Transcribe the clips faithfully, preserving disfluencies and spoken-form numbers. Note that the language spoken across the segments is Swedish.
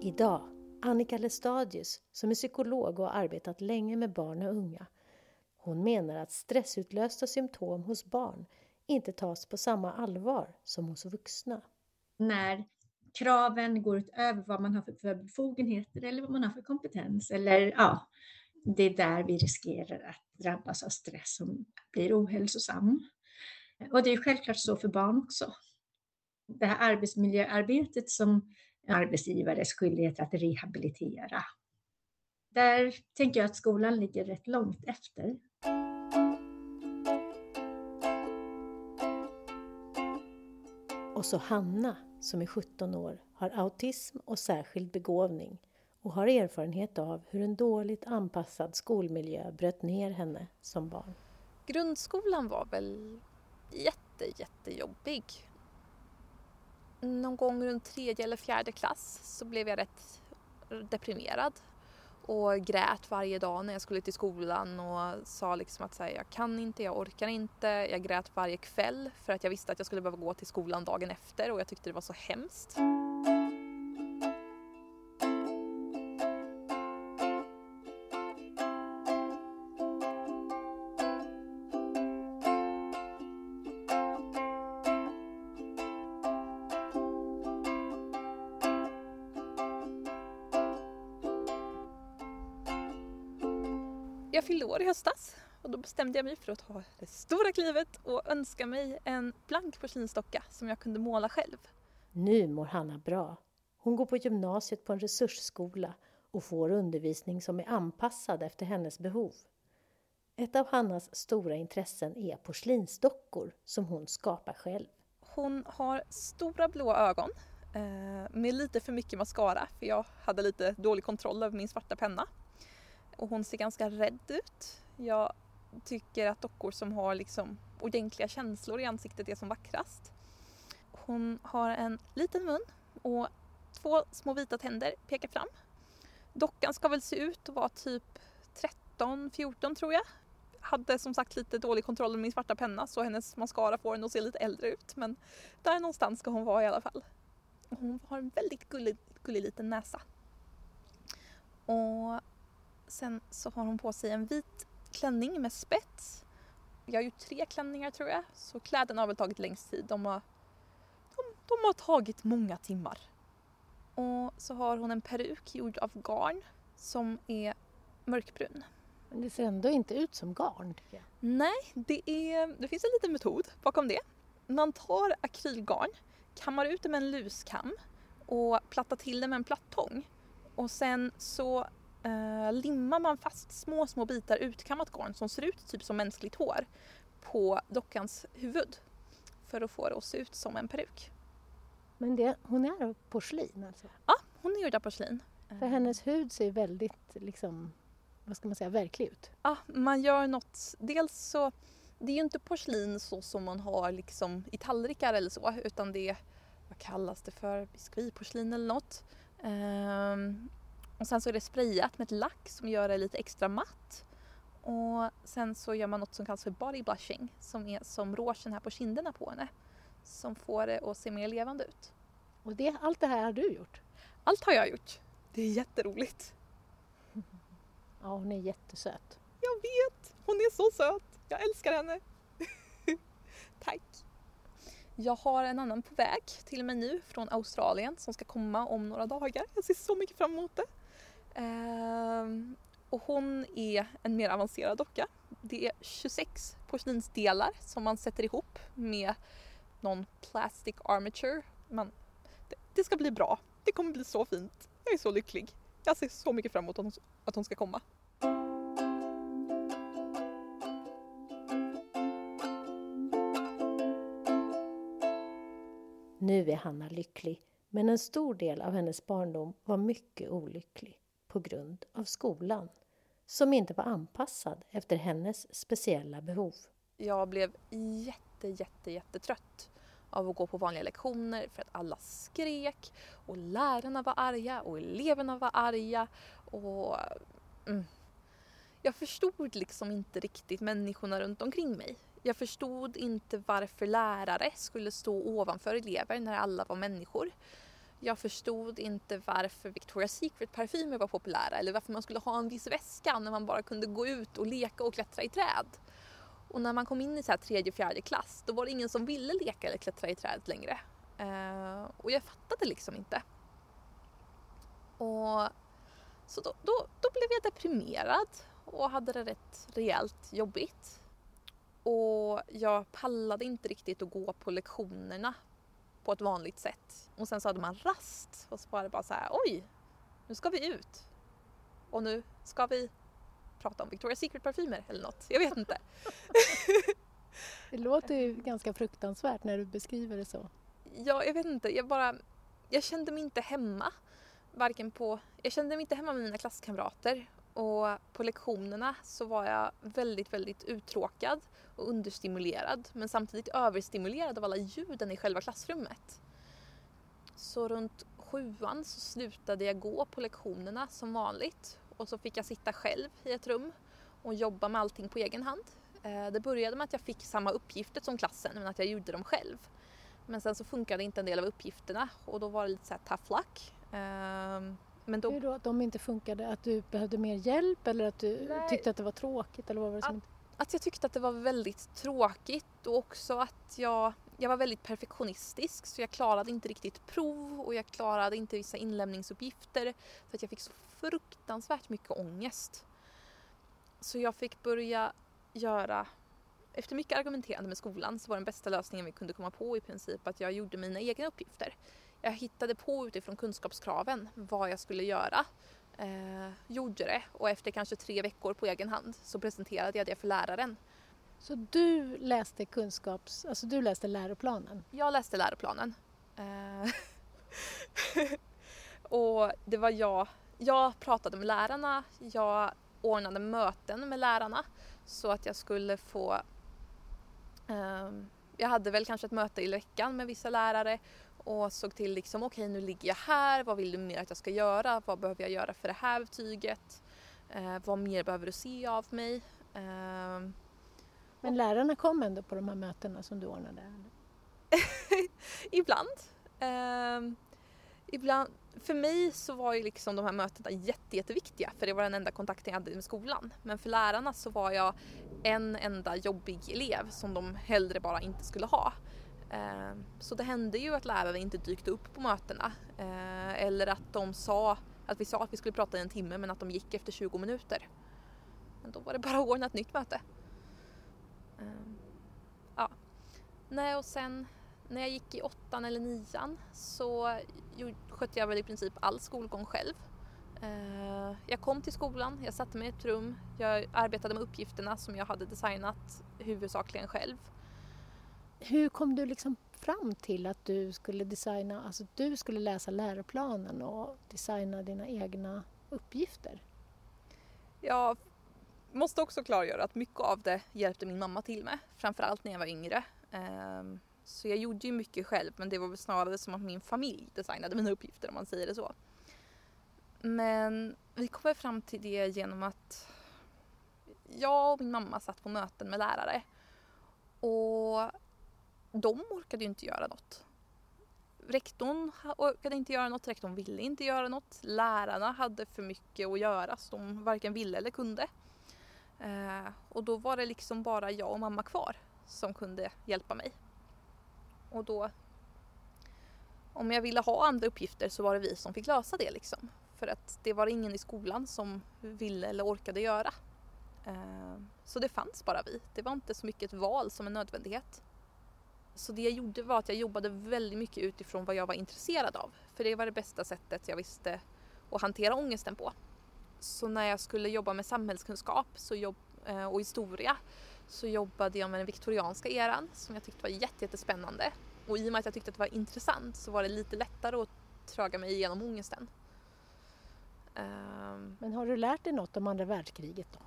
Idag, Annika Lestadius, som är psykolog och har arbetat länge med barn och unga. Hon menar att stressutlösta symptom hos barn inte tas på samma allvar som hos vuxna. När kraven går utöver vad man har för befogenheter eller vad man har för kompetens. Eller ja, det är där vi riskerar att drabbas av stress som blir ohälsosam. Och det är självklart så för barn också. Det här arbetsmiljöarbetet som arbetsgivares skyldighet att rehabilitera. Där tänker jag att skolan ligger rätt långt efter. Och så Hanna, som är sjutton år, har autism och särskild begåvning och har erfarenhet av hur en dåligt anpassad skolmiljö bröt ner henne som barn. Grundskolan var väl jätte, jättejobbig. Någon gång runt tredje eller fjärde klass så blev jag rätt deprimerad och grät varje dag när jag skulle till skolan och sa liksom att så här, jag kan inte, jag orkar inte. Jag grät varje kväll för att jag visste att jag skulle behöva gå till skolan dagen efter och jag tyckte det var så hemskt. Jag fyllde år i höstas och då bestämde jag mig för att ta det stora klivet och önska mig en blank porslinsdocka som jag kunde måla själv. Nu mår Hanna bra. Hon går på gymnasiet på en resursskola och får undervisning som är anpassad efter hennes behov. Ett av Hannas stora intressen är porslinsdockor som hon skapar själv. Hon har stora blå ögon eh, med lite för mycket mascara för jag hade lite dålig kontroll över min svarta penna. Och hon ser ganska rädd ut. Jag tycker att dockor som har liksom ordentliga känslor i ansiktet är som vackrast. Hon har en liten mun och två små vita tänder pekar fram. Dockan ska väl se ut att vara typ tretton fjorton tror jag. Hade som sagt lite dålig kontroll över min svarta penna så hennes mascara får henne att se lite äldre ut. Men där någonstans ska hon vara i alla fall. Hon har en väldigt gullig, gullig liten näsa. Och sen så har hon på sig en vit klänning med spets. Jag har gjort tre klänningar tror jag. Så kläderna har väl tagit längst tid. De har, de, de har tagit många timmar. Och så har hon en peruk gjord av garn som är mörkbrun. Men det ser ändå inte ut som garn tycker jag. Nej, det, är, det finns en liten metod bakom det. Man tar akrylgarn, kammar ut det med en luskam och plattar till det med en plattång. Och sen så Uh, limmar man fast små små bitar utkammat garn som ser ut typ som mänskligt hår på dockans huvud för att få det att se ut som en peruk. Men det, hon är av porslin alltså? Ja, hon är gjord av porslin. För hennes hud ser väldigt liksom, vad ska man säga, verklig ut. Ja, man gör något, dels så, det är ju inte porslin så som man har liksom i tallrikar eller så, utan det är, vad kallas det för, biskviporslin eller något. Um, Och sen så är det sprayat med ett lack som gör det lite extra matt. Och sen så gör man något som kallas för body blushing. Som är som rougen här på kinderna på henne. Som får det att se mer levande ut. Och det, allt det här har du gjort? Allt har jag gjort. Det är jätteroligt. Ja, hon är jättesöt. Jag vet. Hon är så söt. Jag älskar henne. Tack. Jag har en annan på väg till mig nu från Australien som ska komma om några dagar. Jag ser så mycket fram emot det. Ehm, och hon är en mer avancerad docka. Det är tjugosex porslinsdelar som man sätter ihop med någon plastic armature. Man, det, det ska bli bra. Det kommer bli så fint. Jag är så lycklig. Jag ser så mycket fram emot att hon, att hon ska komma. Nu är Hanna lycklig, men en stor del av hennes barndom var mycket olycklig på grund av skolan, som inte var anpassad efter hennes speciella behov. Jag blev jätte, jätte, jättetrött av att gå på vanliga lektioner för att alla skrek och lärarna var arga och eleverna var arga och mm, jag förstod liksom inte riktigt människorna runt omkring mig. Jag förstod inte varför lärare skulle stå ovanför elever när alla var människor. Jag förstod inte varför Victoria's Secret-parfymer var populära eller varför man skulle ha en viss väska när man bara kunde gå ut och leka och klättra i träd. Och när man kom in i så här tredje, fjärde klass, då var det ingen som ville leka eller klättra i träd längre. Uh, och jag fattade liksom inte. Och så då, då, då blev jag deprimerad och hade det rätt rejält jobbigt. Och jag pallade inte riktigt att gå på lektionerna på ett vanligt sätt. Och sen så hade man rast och så var det bara så här: oj, nu ska vi ut. Och nu ska vi prata om Victoria's Secret-parfymer eller något. Jag vet inte. Det låter ju ganska fruktansvärt när du beskriver det så. Ja, jag vet inte. Jag bara, jag kände mig inte hemma. Varken på, jag kände mig inte hemma med mina klasskamrater. Och på lektionerna så var jag väldigt, väldigt uttråkad och understimulerad. Men samtidigt överstimulerad av alla ljuden i själva klassrummet. Så runt sjuan så slutade jag gå på lektionerna som vanligt. Och så fick jag sitta själv i ett rum och jobba med allting på egen hand. Det började med att jag fick samma uppgifter som klassen, men att jag gjorde dem själv. Men sen så funkade inte en del av uppgifterna och då var det lite så här tough luck. Men då... Hur då? Att de inte funkade? Att du behövde mer hjälp eller att du Nej. tyckte att det var tråkigt? Eller vad var det som... att, att jag tyckte att det var väldigt tråkigt och också att jag, jag var väldigt perfektionistisk så jag klarade inte riktigt prov och jag klarade inte vissa inlämningsuppgifter för att jag fick så fruktansvärt mycket ångest. Så jag fick börja göra, efter mycket argumenterande med skolan så var den bästa lösningen vi kunde komma på i princip att jag gjorde mina egna uppgifter. Jag hittade på utifrån kunskapskraven vad jag skulle göra, eh, gjorde det och efter kanske tre veckor på egen hand så presenterade jag det för läraren. Så du läste kunskaps, alltså du läste läroplanen? Jag läste läroplanen. Eh, och det var jag, jag pratade med lärarna, jag ordnade möten med lärarna så att jag skulle få, eh, jag hade väl kanske ett möte i veckan med vissa lärare och såg till liksom, okej okay, nu ligger jag här, vad vill du mer att jag ska göra, vad behöver jag göra för det här betyget, eh, vad mer behöver du se av mig. Eh, Men lärarna kom ändå på de här mötena som du ordnade? Ibland. Eh, ibland. För mig så var ju liksom de här mötena jätte, jätteviktiga för det var den enda kontakten jag hade med skolan. Men för lärarna så var jag en enda jobbig elev som de hellre bara inte skulle ha. Eh, så det hände ju att lärare inte dykte upp på mötena. Eh, eller att de sa att vi sa att vi skulle prata i en timme men att de gick efter tjugo minuter. Men då var det bara att ordna ett nytt möte. Eh, ja. Nej, och sen när jag gick i åttan eller nian så skötte jag väl i princip all skolgång själv. Eh, jag kom till skolan, jag satte mig i ett rum, jag arbetade med uppgifterna som jag hade designat huvudsakligen själv. Hur kom du liksom fram till att du skulle designa, alltså du skulle läsa läroplanen och designa dina egna uppgifter? Jag måste också klargöra att mycket av det hjälpte min mamma till med, framförallt när jag var yngre. Eh, Så jag gjorde ju mycket själv men det var väl snarare som att min familj designade mina uppgifter om man säger det så. Men vi kom fram till det genom att jag och min mamma satt på möten med lärare och de orkade ju inte göra något. Rektorn orkade inte göra något, rektorn ville inte göra något. Lärarna hade för mycket att göra så de varken ville eller kunde. Eh, och då var det liksom bara jag och mamma kvar som kunde hjälpa mig. Och då, om jag ville ha andra uppgifter så var det vi som fick lösa det liksom. För att det var ingen i skolan som ville eller orkade göra. Eh, så det fanns bara vi. Det var inte så mycket ett val som en nödvändighet. Så det jag gjorde var att jag jobbade väldigt mycket utifrån vad jag var intresserad av. För det var det bästa sättet jag visste att hantera ångesten på. Så när jag skulle jobba med samhällskunskap så jobb, och historia så jobbade jag med den viktorianska eran som jag tyckte var jättespännande. Och i och med att jag tyckte att det var intressant så var det lite lättare att tröga mig igenom ångesten. Um... Men har du lärt dig något om andra världskriget då?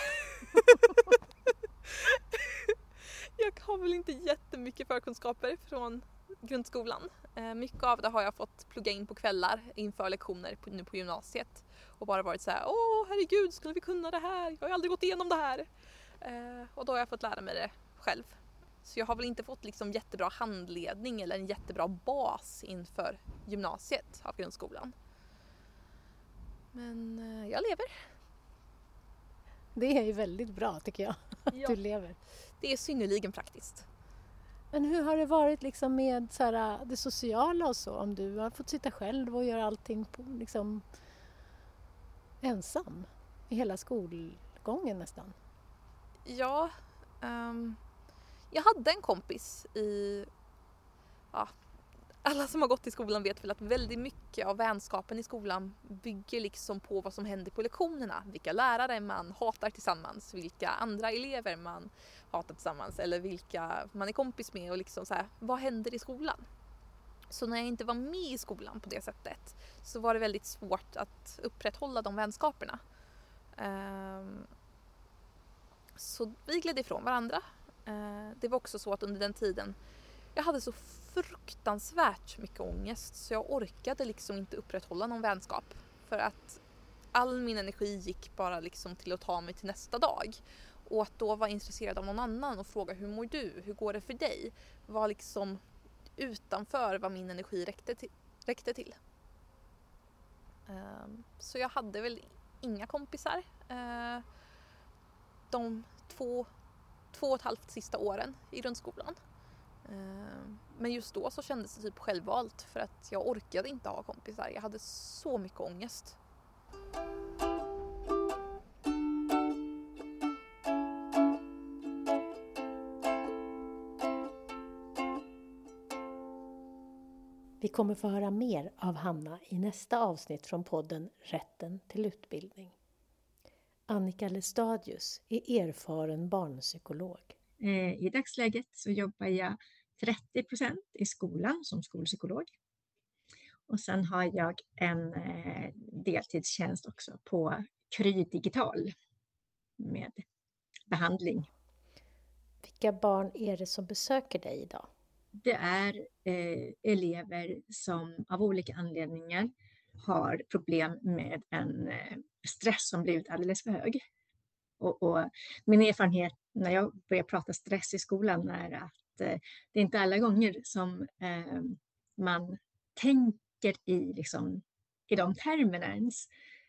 Jag har väl inte jättemycket förkunskaper från grundskolan. Uh, mycket av det har jag fått plugga in på kvällar inför lektioner på, nu på gymnasiet. Och bara varit så här: åh herregud, skulle vi kunna det här? Jag har aldrig gått igenom det här. Uh, och då har jag fått lära mig det själv. Så jag har väl inte fått liksom jättebra handledning eller en jättebra bas inför gymnasiet av grundskolan. Men eh, jag lever. Det är ju väldigt bra tycker jag, att Ja. du lever. Det är synnerligen praktiskt. Men hur har det varit liksom med så här, det sociala och så? Om du har fått sitta själv och göra allting på, liksom, ensam i hela skolgången nästan? Ja, um, jag hade en kompis i... Ja, alla som har gått i skolan vet väl att väldigt mycket av vänskapen i skolan bygger liksom på vad som händer på lektionerna. Vilka lärare man hatar tillsammans, vilka andra elever man hatar tillsammans eller vilka man är kompis med och liksom så här, vad händer i skolan? Så när jag inte var med i skolan på det sättet så var det väldigt svårt att upprätthålla de vänskaperna. Um, så vi gled ifrån varandra. Uh, det var också så att under den tiden jag hade så fruktansvärt mycket ångest så jag orkade liksom inte upprätthålla någon vänskap. För att all min energi gick bara liksom till att ta mig till nästa dag. Och att då vara intresserad av någon annan och fråga hur mår du? Hur går det för dig? Var liksom utanför vad min energi räckte till. Räckte till. Um, så jag hade väl inga kompisar. Uh, de två, två och ett halvt sista åren i grundskolan. Men just då så kändes det typ självvalt för att jag orkade inte ha kompisar. Jag hade så mycket ångest. Vi kommer få höra mer av Hanna i nästa avsnitt från podden Rätten till utbildning. Annika Lestadius är erfaren barnpsykolog. I dagsläget så jobbar jag trettio procent i skolan som skolpsykolog. Och sen har jag en eh, deltidstjänst också på Kry Digital med behandling. Vilka barn är det som besöker dig idag? Det är eh, elever som av olika anledningar har problem med en eh, stress som blivit alldeles för hög. Och, och min erfarenhet när jag börjar prata stress i skolan är att eh, det är inte alla gånger som eh, man tänker i, liksom, i de termerna ens.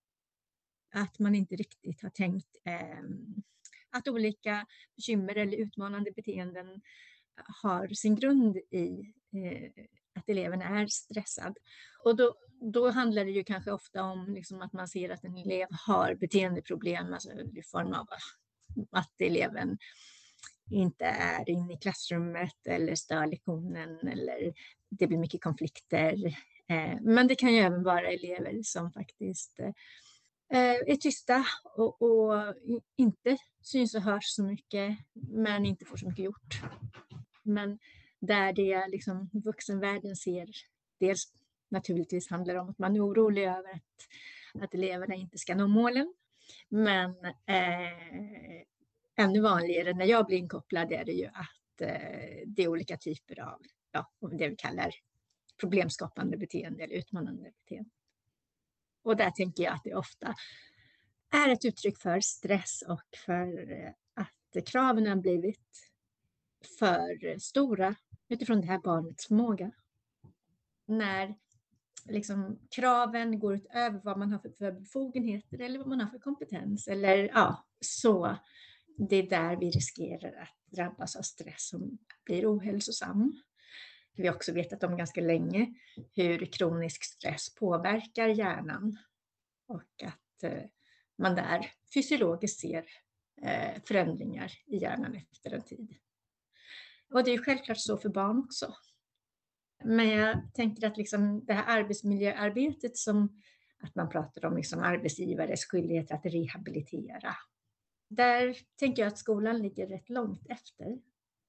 Att man inte riktigt har tänkt eh, att olika bekymmer eller utmanande beteenden har sin grund i eh, att eleven är stressad. Och då, då handlar det ju kanske ofta om liksom, att man ser att en elev har beteendeproblem, alltså i form av att eleven inte är inne i klassrummet eller stör lektionen eller det blir mycket konflikter. Eh, men det kan ju även vara elever som faktiskt eh, är tysta och, och inte syns och hörs så mycket men inte får så mycket gjort. Men där det liksom vuxenvärlden ser, dels naturligtvis handlar det om att man är orolig över att, att eleverna inte ska nå målen. Men eh, ännu vanligare när jag blir inkopplad är det ju att eh, det är olika typer av ja, det vi kallar problemskapande beteende eller utmanande beteende. Och där tänker jag att det ofta är ett uttryck för stress och för att kraven har blivit för stora utifrån det här barnets förmåga. När liksom kraven går utöver vad man har för, för befogenheter eller vad man har för kompetens. Eller ja, så det är där vi riskerar att drabbas av stress som blir ohälsosam. Vi har också vetat om ganska länge hur kronisk stress påverkar hjärnan. Och att eh, man där fysiologiskt ser eh, förändringar i hjärnan efter en tid. Och det är ju självklart så för barn också. Men jag tänker att liksom det här arbetsmiljöarbetet som att man pratar om liksom arbetsgivares skyldighet att rehabilitera. Där tänker jag att skolan ligger rätt långt efter.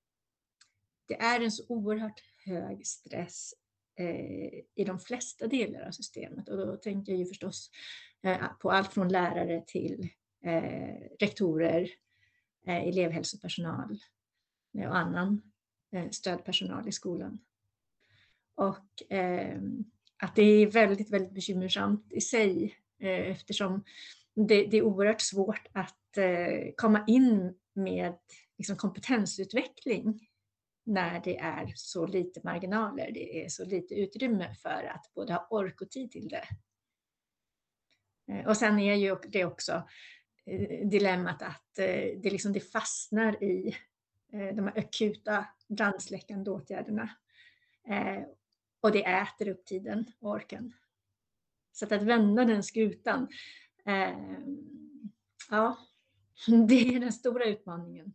Det är en så oerhört hög stress eh, i de flesta delar av systemet. Och då tänker jag ju förstås eh, på allt från lärare till eh, rektorer, eh, elevhälsopersonal och annan eh, stödpersonal i skolan. Och eh, att det är väldigt, väldigt bekymmersamt i sig eh, eftersom det, det är oerhört svårt att eh, komma in med liksom, kompetensutveckling när det är så lite marginaler, det är så lite utrymme för att både ha ork och tid till det. Och sen är ju det också dilemmat att det, liksom det fastnar i de här akuta brandsläckande åtgärderna. Och det äter upp tiden och orken. Så att, att vända den skutan, ja, det är den stora utmaningen.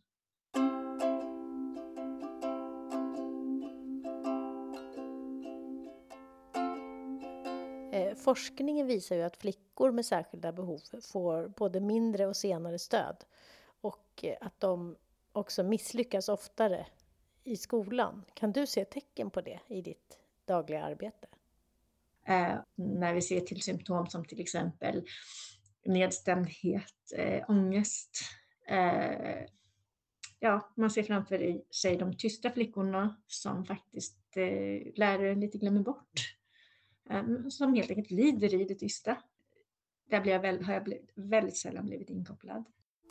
Forskningen visar ju att flickor med särskilda behov får både mindre och senare stöd. Och att de också misslyckas oftare i skolan. Kan du se tecken på det i ditt dagliga arbete? Eh, när vi ser till symptom som till exempel nedstämdhet, eh, ångest. Eh, ja, man ser framför sig de tysta flickorna som faktiskt eh, läraren lite glömmer bort. Eh, som helt enkelt lider i det tysta. Där blir jag väl, har jag blivit, väldigt sällan blivit inkopplad.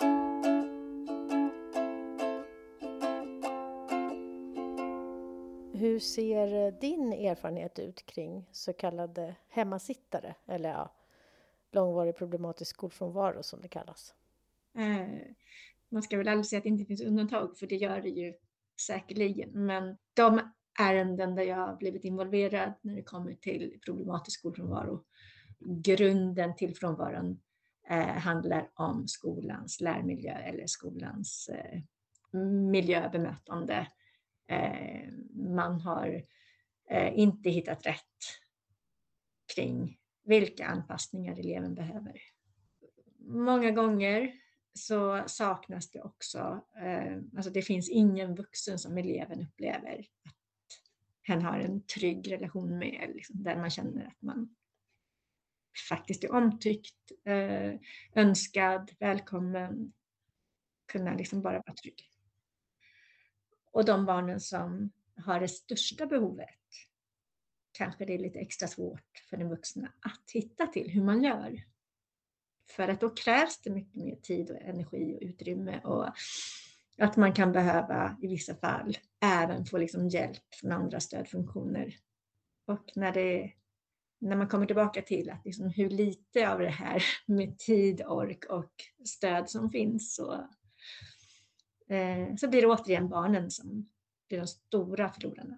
Hur ser din erfarenhet ut kring så kallade hemmasittare eller ja, långvarig problematisk skolfrånvaro som det kallas? Eh, man ska väl aldrig säga att det inte finns undantag, för det gör det ju säkerligen. Men de ärenden där jag har blivit involverad när det kommer till problematisk skolfrånvaro, grunden till frånvaron eh, handlar om skolans lärmiljö eller skolans eh, miljöbemötande. Eh, man har eh, inte hittat rätt kring vilka anpassningar eleven behöver. Många gånger så saknas det också, eh, alltså det finns ingen vuxen som eleven upplever att hen har en trygg relation med, liksom, där man känner att man faktiskt är omtyckt, eh, önskad, välkommen, kunna liksom bara vara trygg. Och de barnen som har det största behovet, kanske det är lite extra svårt för den vuxna att hitta till hur man gör. För att då krävs det mycket mer tid och energi och utrymme, och att man kan behöva i vissa fall även få liksom hjälp från andra stödfunktioner. Och när, det, när man kommer tillbaka till att liksom hur lite av det här med tid, ork och stöd som finns, så, eh, så blir det återigen barnen som blir de stora förlorarna.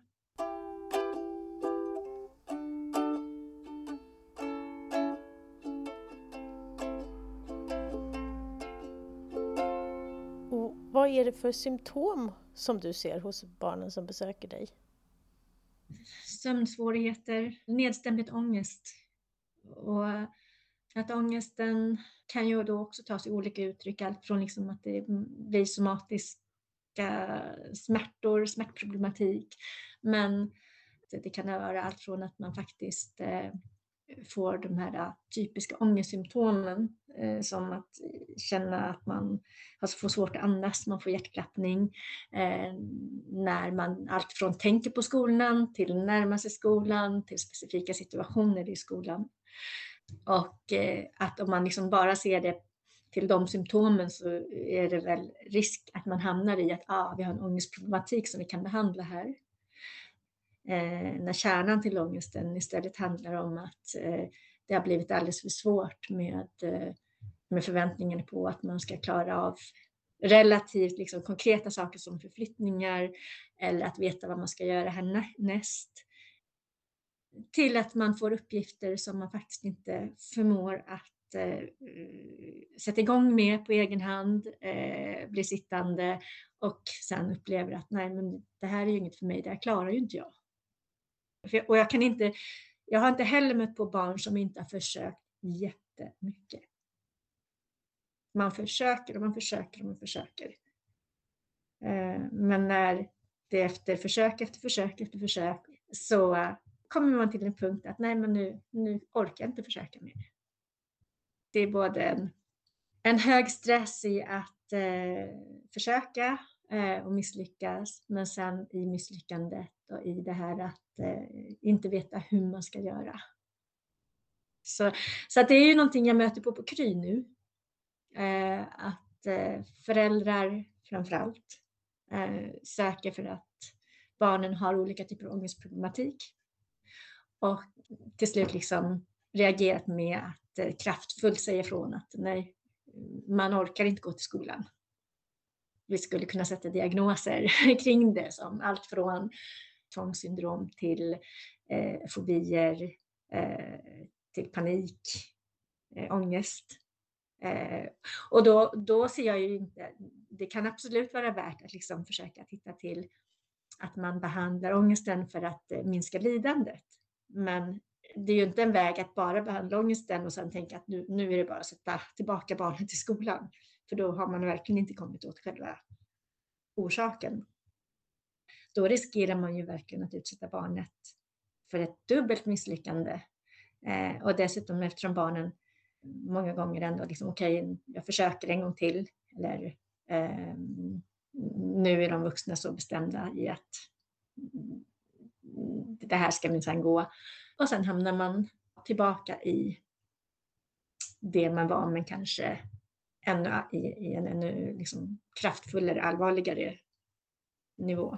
Vad är det för symptom som du ser hos barnen som besöker dig? Sömnsvårigheter, nedstämdhet, ångest. Och att ångesten kan ju då också ta sig olika uttryck. Allt från liksom att det blir somatiska smärtor, smärtproblematik. Men det kan vara allt från att man faktiskt får de här typiska ångestsymptomen, eh, som att känna att man alltså får svårt att andas, man får hjärtklappning, eh, när man allt från tänker på skolan till närmar sig skolan till specifika situationer i skolan. Och eh, att om man liksom bara ser det till de symptomen, så är det väl risk att man hamnar i att ah, vi har en ångestproblematik som vi kan behandla här. Eh, när kärnan till ångesten istället handlar om att eh, det har blivit alldeles för svårt med, eh, med förväntningen på att man ska klara av relativt liksom, konkreta saker som förflyttningar eller att veta vad man ska göra härnäst, till att man får uppgifter som man faktiskt inte förmår att eh, sätta igång med på egen hand, eh, blir sittande och sen upplever att nej, men det här är ju inget för mig, det här klarar ju inte jag. Och jag kan inte, jag har inte heller mött på barn som inte har försökt jättemycket. Man försöker och man försöker och man försöker. Men när det efter försök efter försök efter försök, så kommer man till en punkt att nej, men nu, nu orkar jag inte försöka mer. Det är både en, en hög stress i att eh, försöka och misslyckas, men sen i misslyckandet och i det här att eh, inte veta hur man ska göra. Så, så att det är ju någonting jag möter på på Kry nu. Eh, att eh, föräldrar framförallt eh, söker för att barnen har olika typer av ångestproblematik. Och till slut liksom reagerat med att eh, kraftfullt säga ifrån att nej, man orkar inte gå till skolan. Vi skulle kunna sätta diagnoser kring det som allt från tvångssyndrom till eh, fobier, eh, till panik, eh, ångest. Eh, och då, då ser jag ju inte, det kan absolut vara värt att liksom försöka titta till att man behandlar ångesten för att eh, minska lidandet. Men det är ju inte en väg att bara behandla ångesten och sen tänka att nu, nu är det bara att sätta tillbaka barnet till skolan. För då har man verkligen inte kommit åt själva orsaken. Då riskerar man ju verkligen att utsätta barnet för ett dubbelt misslyckande. Eh, och dessutom eftersom barnen många gånger ändå liksom okej, okay, jag försöker en gång till. Eller eh, nu är de vuxna så bestämda i att det här ska minsann gå. Och sen hamnar man tillbaka i det man var, men kanske ännu i, i en ännu liksom kraftfullare, allvarligare nivå.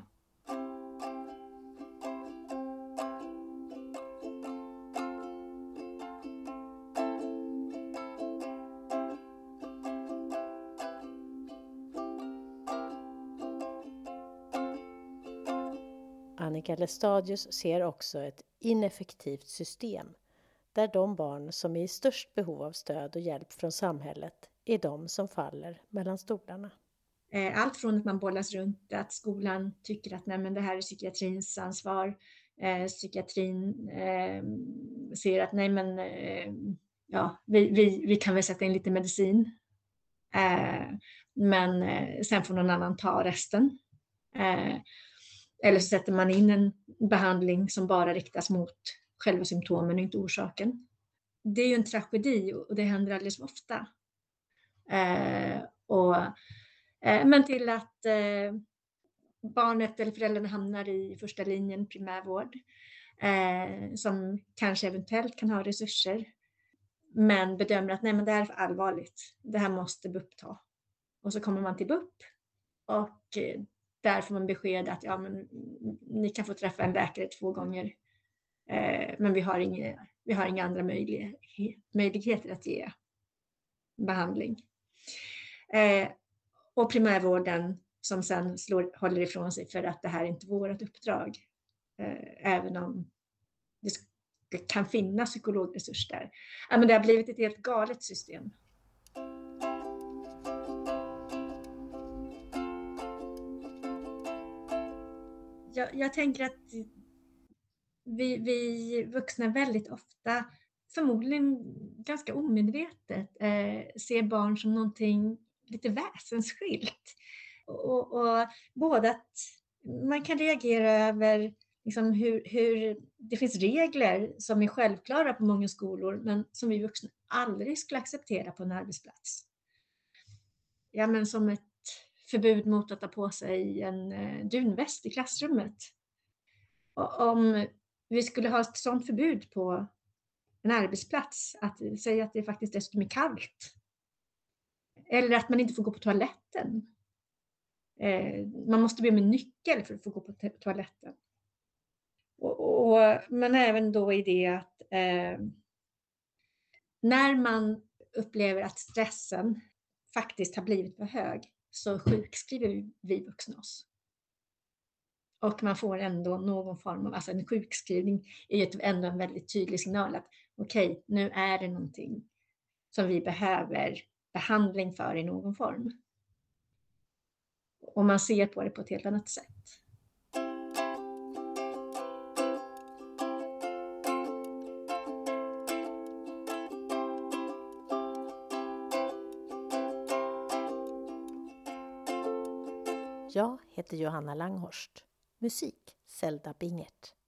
Annika Lestadius ser också ett ineffektivt system där de barn som är i störst behov av stöd och hjälp från samhället är de som faller mellan stolarna. Allt från att man bollas runt, att skolan tycker att nej, men det här är psykiatrins ansvar. Eh, psykiatrin eh, ser att nej, men eh, ja, vi, vi, vi kan väl sätta in lite medicin. Eh, men eh, sen får någon annan ta resten. Eh, eller så sätter man in en behandling som bara riktas mot själva symptomen och inte orsaken. Det är ju en tragedi och det händer alldeles för ofta. Eh, och, eh, men till att eh, barnet eller föräldrarna hamnar i första linjen primärvård eh, som kanske eventuellt kan ha resurser men bedömer att nej, men det här är för allvarligt. Det här måste B U P ta. Och så kommer man till B U P och eh, där får man besked att ja, men, ni kan få träffa en läkare två gånger eh, men vi har, inga, vi har inga andra möjlighet, möjligheter att ge behandling. Eh, och primärvården som sen slår, håller ifrån sig för att det här är inte vårt uppdrag. Eh, även om det kan finnas psykologresurs där. Ja, men det har blivit ett helt galet system. Jag, jag tänker att vi, vi vuxna väldigt ofta, förmodligen ganska omedvetet, eh, ser barn som någonting lite väsensskilt. Och, och både att man kan reagera över liksom hur, hur det finns regler som är självklara på många skolor men som vi vuxna aldrig skulle acceptera på en arbetsplats. Ja, men som ett förbud mot att ta på sig en eh, dunväst i klassrummet. Och om vi skulle ha ett sådant förbud på en arbetsplats, att säga att det faktiskt dessutom är kallt. Eller att man inte får gå på toaletten. Eh, man måste be om en nyckel för att få gå på to- toaletten. Och, och, men även då i det att eh, när man upplever att stressen faktiskt har blivit för hög så sjukskriver vi vuxna oss. Och man får ändå någon form av, alltså en sjukskrivning är ju ändå en väldigt tydlig signal att okej, okay, nu är det någonting som vi behöver behandling för i någon form. Och man ser på det på ett helt annat sätt. Jag heter Johanna Langhorst. Musik Zelda Bingert.